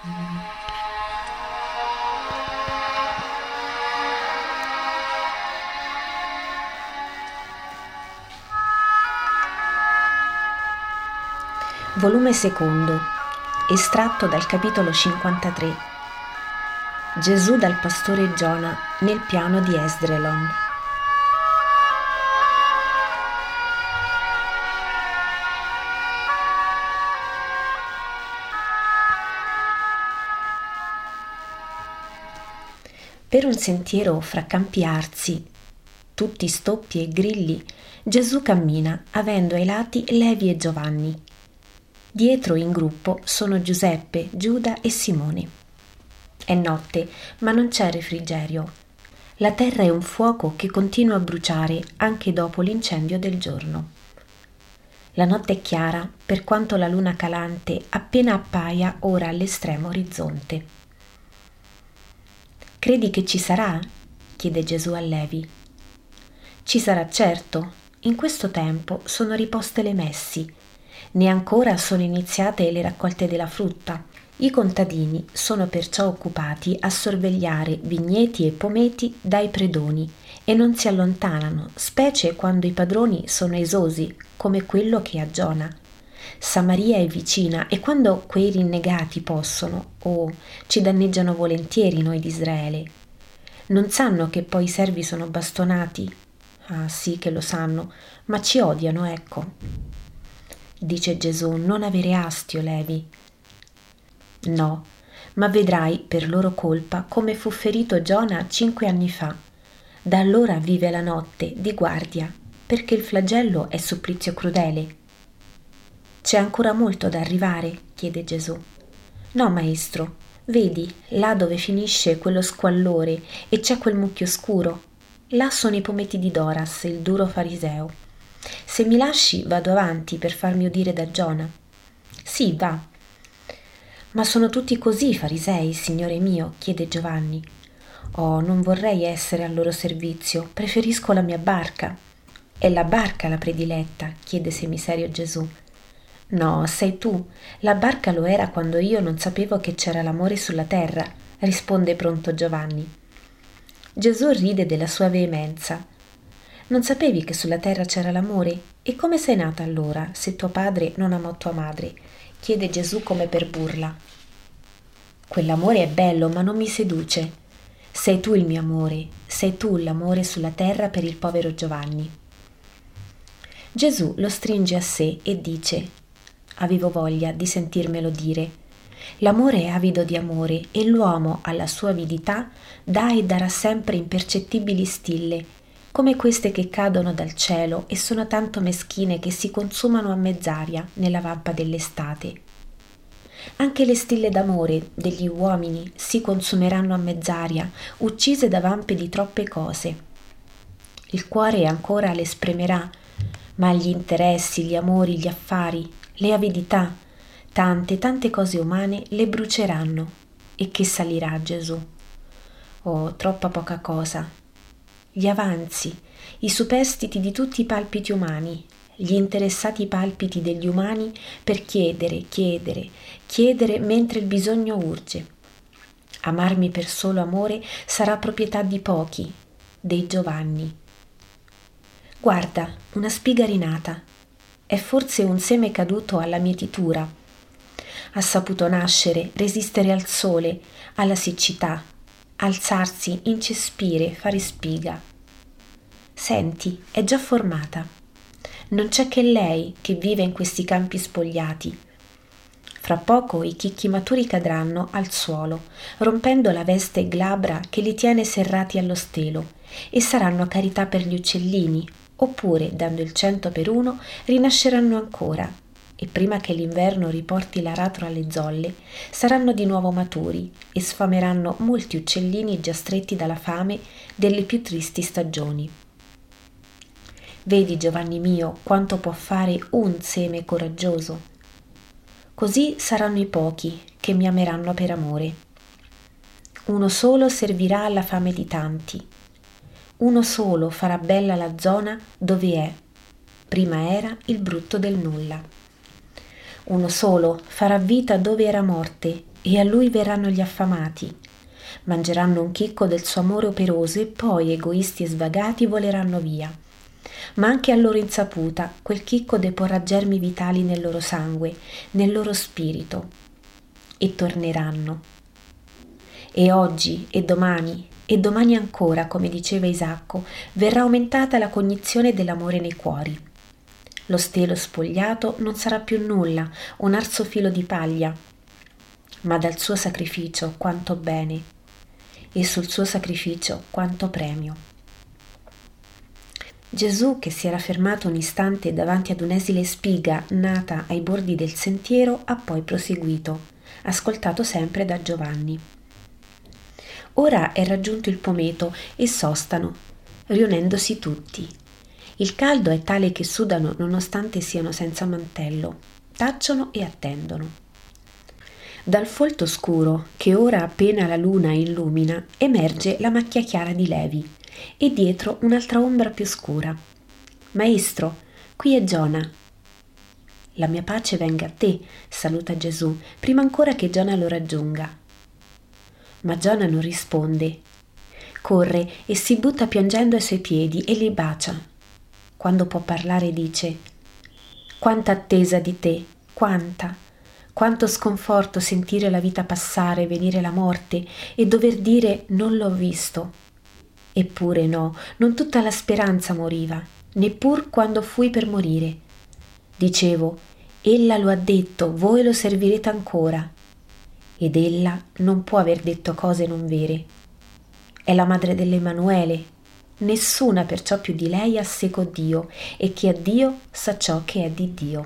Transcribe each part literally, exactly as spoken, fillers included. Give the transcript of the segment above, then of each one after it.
Volume secondo, estratto dal capitolo cinquantatré. Gesù dal pastore Giona nel piano di Esdrelon. Per un sentiero fra campi arsi, tutti stoppi e grilli, Gesù cammina, avendo ai lati Levi e Giovanni. Dietro in gruppo sono Giuseppe, Giuda e Simone. È notte, ma non c'è refrigerio. La terra è un fuoco che continua a bruciare anche dopo l'incendio del giorno. La notte è chiara, per quanto la luna calante appena appaia ora all'estremo orizzonte. «Credi che ci sarà?» chiede Gesù a Levi. «Ci sarà certo. In questo tempo sono riposte le messi. Né ancora sono iniziate le raccolte della frutta. I contadini sono perciò occupati a sorvegliare vigneti e pometi dai predoni e non si allontanano, specie quando i padroni sono esosi, come quello che a Giona. Samaria è vicina e quando quei rinnegati possono, oh, ci danneggiano volentieri noi di Israele. Non sanno che poi i servi sono bastonati? Ah sì che lo sanno, ma ci odiano, ecco». Dice Gesù: «Non avere astio, Levi». «No, ma vedrai per loro colpa come fu ferito Giona cinque anni fa. Da allora vive la notte di guardia, perché il flagello è supplizio crudele». «C'è ancora molto da arrivare?» chiede Gesù. «No, maestro, vedi là dove finisce quello squallore e c'è quel mucchio scuro. Là sono i pometi di Doras, il duro fariseo. Se mi lasci vado avanti per farmi udire da Giona». «Sì, va». «Ma sono tutti così i farisei, Signore mio?» chiede Giovanni. «Oh, non vorrei essere al loro servizio, preferisco la mia barca». «È la barca la prediletta?» chiede semiserio Gesù. «No, sei tu. La barca lo era quando io non sapevo che c'era l'amore sulla terra», risponde pronto Giovanni. Gesù ride della sua veemenza. «Non sapevi che sulla terra c'era l'amore? E come sei nata allora, se tuo padre non amò tua madre?» chiede Gesù come per burla. «Quell'amore è bello, ma non mi seduce. Sei tu il mio amore, sei tu l'amore sulla terra per il povero Giovanni». Gesù lo stringe a sé e dice: «Avevo voglia di sentirmelo dire. L'amore è avido di amore e l'uomo alla sua avidità dà e darà sempre impercettibili stille, come queste che cadono dal cielo e sono tanto meschine che si consumano a mezz'aria nella vampa dell'estate. Anche le stille d'amore degli uomini si consumeranno a mezz'aria, uccise da vampe di troppe cose. Il cuore ancora le spremerà, ma gli interessi, gli amori, gli affari, le avidità, tante, tante cose umane le bruceranno. E che salirà Gesù? Oh, troppa poca cosa. Gli avanzi, i superstiti di tutti i palpiti umani, gli interessati palpiti degli umani per chiedere, chiedere, chiedere mentre il bisogno urge. Amarmi per solo amore sarà proprietà di pochi, dei Giovanni. Guarda, una spiga rinata. È forse un seme caduto alla mietitura. Ha saputo nascere, resistere al sole, alla siccità, alzarsi, incespire, fare spiga. Senti, è già formata. Non c'è che lei che vive in questi campi spogliati. Fra poco i chicchi maturi cadranno al suolo, rompendo la veste glabra che li tiene serrati allo stelo, e saranno carità per gli uccellini, oppure, dando il cento per uno, rinasceranno ancora, e prima che l'inverno riporti l'aratro alle zolle, saranno di nuovo maturi e sfameranno molti uccellini già stretti dalla fame delle più tristi stagioni. Vedi, Giovanni mio, quanto può fare un seme coraggioso? Così saranno i pochi che mi ameranno per amore. Uno solo servirà alla fame di tanti. Uno solo farà bella la zona dove è, prima era il brutto del nulla. Uno solo farà vita dove era morte e a lui verranno gli affamati. Mangeranno un chicco del suo amore operoso e poi, egoisti e svagati, voleranno via. Ma anche a loro insaputa quel chicco deporrà germi vitali nel loro sangue, nel loro spirito, e torneranno. E oggi, e domani, e domani ancora, come diceva Isacco, verrà aumentata la cognizione dell'amore nei cuori. Lo stelo spogliato non sarà più nulla, un arso filo di paglia, ma dal suo sacrificio quanto bene, e sul suo sacrificio quanto premio. Gesù, che si era fermato un istante davanti ad un'esile spiga nata ai bordi del sentiero, ha poi proseguito, ascoltato sempre da Giovanni. Ora è raggiunto il pometo e sostano, riunendosi tutti. Il caldo è tale che sudano nonostante siano senza mantello, tacciono e attendono. Dal folto scuro, che ora appena la luna illumina, emerge la macchia chiara di Levi e dietro un'altra ombra più scura. Maestro, qui è Giona. La mia pace venga a te, saluta Gesù, prima ancora che Giona lo raggiunga. Ma Giona non risponde. Corre e si butta piangendo ai suoi piedi e li bacia. Quando può parlare dice: quanta attesa di te, quanta, quanto sconforto sentire la vita passare, venire la morte e dover dire non l'ho visto. Eppure no, non tutta la speranza moriva, neppur quando fui per morire. Dicevo, ella lo ha detto, voi lo servirete ancora. Ed ella non può aver detto cose non vere. È la madre dell'Emanuele. Nessuna perciò più di lei ha seco Dio, e chi ha Dio sa ciò che è di Dio.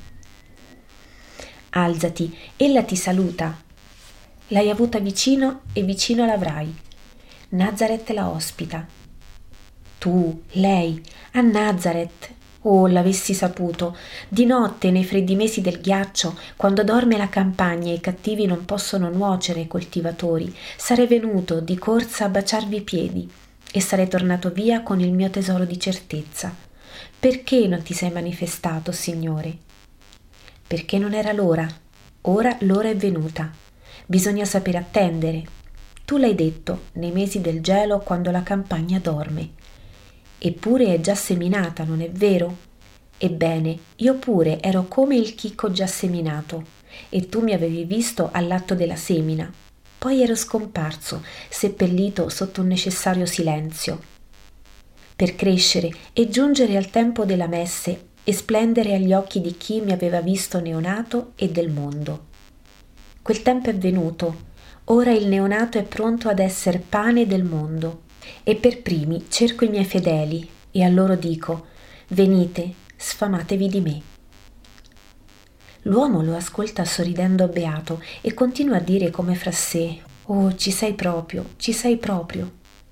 Alzati, ella ti saluta. L'hai avuta vicino e vicino l'avrai. Nazaret la ospita. Tu, lei, a Nazaret. Oh, l'avessi saputo, di notte nei freddi mesi del ghiaccio, quando dorme la campagna e i cattivi non possono nuocere ai coltivatori, sarei venuto di corsa a baciarvi i piedi e sarei tornato via con il mio tesoro di certezza. Perché non ti sei manifestato, Signore? Perché non era l'ora. Ora l'ora è venuta. Bisogna sapere attendere. Tu l'hai detto, nei mesi del gelo, quando la campagna dorme. Eppure è già seminata, non è vero? Ebbene, io pure ero come il chicco già seminato, e tu mi avevi visto all'atto della semina. Poi ero scomparso, seppellito sotto un necessario silenzio, per crescere e giungere al tempo della messe e splendere agli occhi di chi mi aveva visto neonato e del mondo. Quel tempo è venuto, ora il neonato è pronto ad essere pane del mondo. E per primi cerco i miei fedeli e a loro dico: venite, sfamatevi di me. L'uomo lo ascolta sorridendo beato e continua a dire come fra sé: oh, ci sei proprio, ci sei proprio.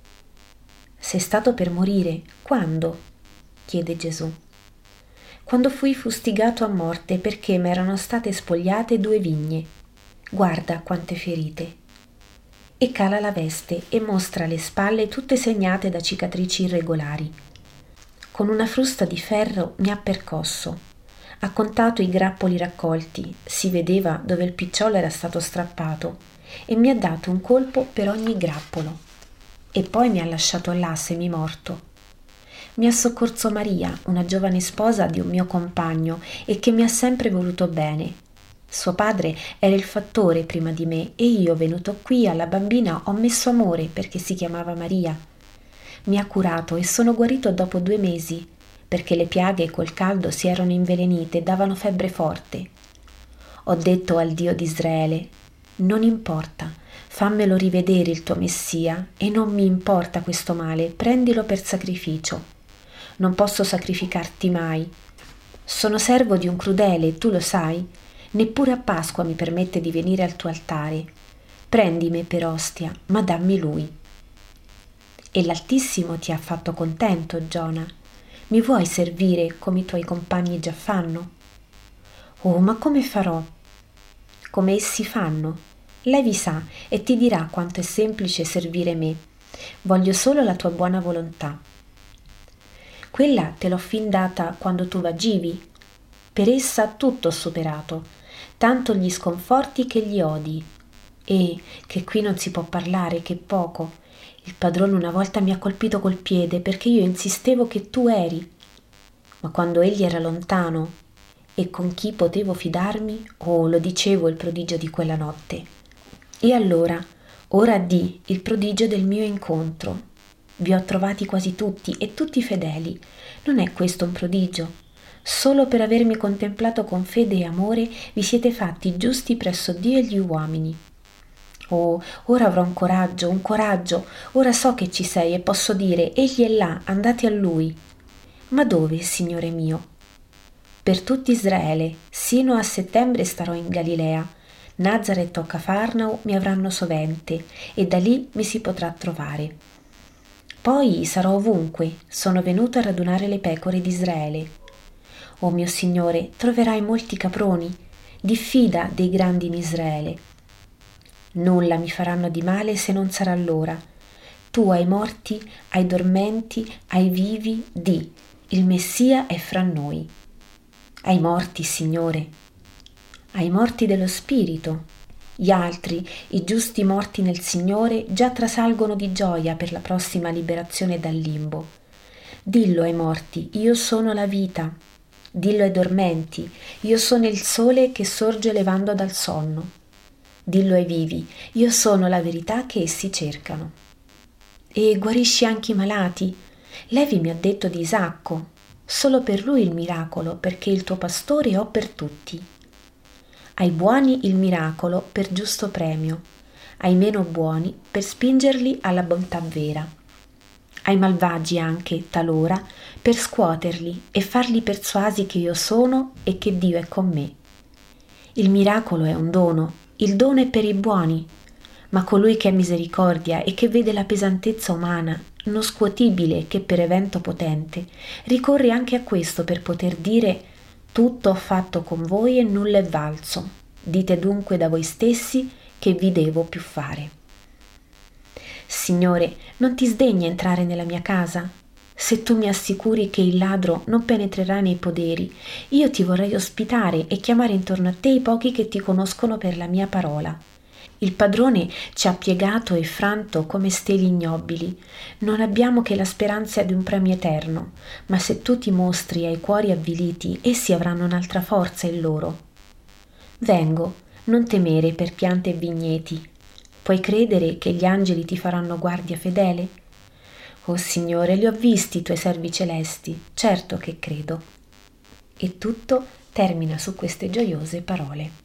Sei stato per morire, quando? Chiede Gesù. Quando fui fustigato a morte perché m'erano state spogliate due vigne. Guarda quante ferite. E cala la veste e mostra le spalle tutte segnate da cicatrici irregolari. Con una frusta di ferro mi ha percosso. Ha contato i grappoli raccolti, si vedeva dove il picciolo era stato strappato, e mi ha dato un colpo per ogni grappolo. E poi mi ha lasciato là semimorto. Mi ha soccorso Maria, una giovane sposa di un mio compagno e che mi ha sempre voluto bene. Suo padre era il fattore prima di me e io, venuto qui, alla bambina ho messo amore perché si chiamava Maria. Mi ha curato e sono guarito dopo due mesi, perché le piaghe col caldo si erano invelenite e davano febbre forte. Ho detto al Dio di Israele: non importa, fammelo rivedere il tuo Messia, e non mi importa questo male, prendilo per sacrificio. Non posso sacrificarti mai. Sono servo di un crudele, tu lo sai. Neppure a Pasqua mi permette di venire al tuo altare. Prendimi per ostia, ma dammi lui. E l'Altissimo ti ha fatto contento, Giona. Mi vuoi servire come i tuoi compagni già fanno? Oh, ma come farò? Come essi fanno. Levi sa e ti dirà quanto è semplice servire me. Voglio solo la tua buona volontà. Quella te l'ho fin data quando tu vagivi. Per essa tutto ho superato, tanto gli sconforti che gli odi. E che qui non si può parlare, che poco. Il padrone una volta mi ha colpito col piede perché io insistevo che tu eri. Ma quando egli era lontano e con chi potevo fidarmi, oh, lo dicevo il prodigio di quella notte. E allora, ora di il prodigio del mio incontro. Vi ho trovati quasi tutti e tutti fedeli. Non è questo un prodigio? Solo per avermi contemplato con fede e amore vi siete fatti giusti presso Dio e gli uomini. Oh, ora avrò un coraggio, un coraggio, ora so che ci sei e posso dire, egli è là, andate a lui. Ma dove, Signore mio? Per tutto Israele, sino a settembre starò in Galilea. Nazaret o Cafarnao mi avranno sovente e da lì mi si potrà trovare. Poi sarò ovunque, sono venuto a radunare le pecore d'Israele. O mio Signore, troverai molti caproni, diffida dei grandi in Israele. Nulla mi faranno di male se non sarà l'ora. Tu ai morti, ai dormenti, ai vivi, di, il Messia è fra noi. Ai morti, Signore, ai morti dello spirito. Gli altri, i giusti morti nel Signore, già trasalgono di gioia per la prossima liberazione dal limbo. Dillo ai morti, io sono la vita. Dillo ai dormenti, io sono il sole che sorge levando dal sonno. Dillo ai vivi, io sono la verità che essi cercano. E guarisci anche i malati. Levi mi ha detto di Isacco, solo per lui il miracolo, perché il tuo pastore ho per tutti. Ai buoni il miracolo per giusto premio, ai meno buoni per spingerli alla bontà vera. Ai malvagi anche, talora, per scuoterli e farli persuasi che io sono e che Dio è con me. Il miracolo è un dono, il dono è per i buoni, ma colui che è misericordia e che vede la pesantezza umana, non scuotibile che per evento potente, ricorre anche a questo per poter dire: tutto ho fatto con voi e nulla è valso. Dite dunque da voi stessi che vi devo più fare. Signore, non ti sdegni entrare nella mia casa? Se tu mi assicuri che il ladro non penetrerà nei poderi, io ti vorrei ospitare e chiamare intorno a te i pochi che ti conoscono per la mia parola. Il padrone ci ha piegato e franto come steli ignobili. Non abbiamo che la speranza di un premio eterno, ma se tu ti mostri ai cuori avviliti, essi avranno un'altra forza in loro. Vengo, non temere per piante e vigneti. Puoi credere che gli angeli ti faranno guardia fedele? Oh Signore, li ho visti i tuoi servi celesti, certo che credo. E tutto termina su queste gioiose parole.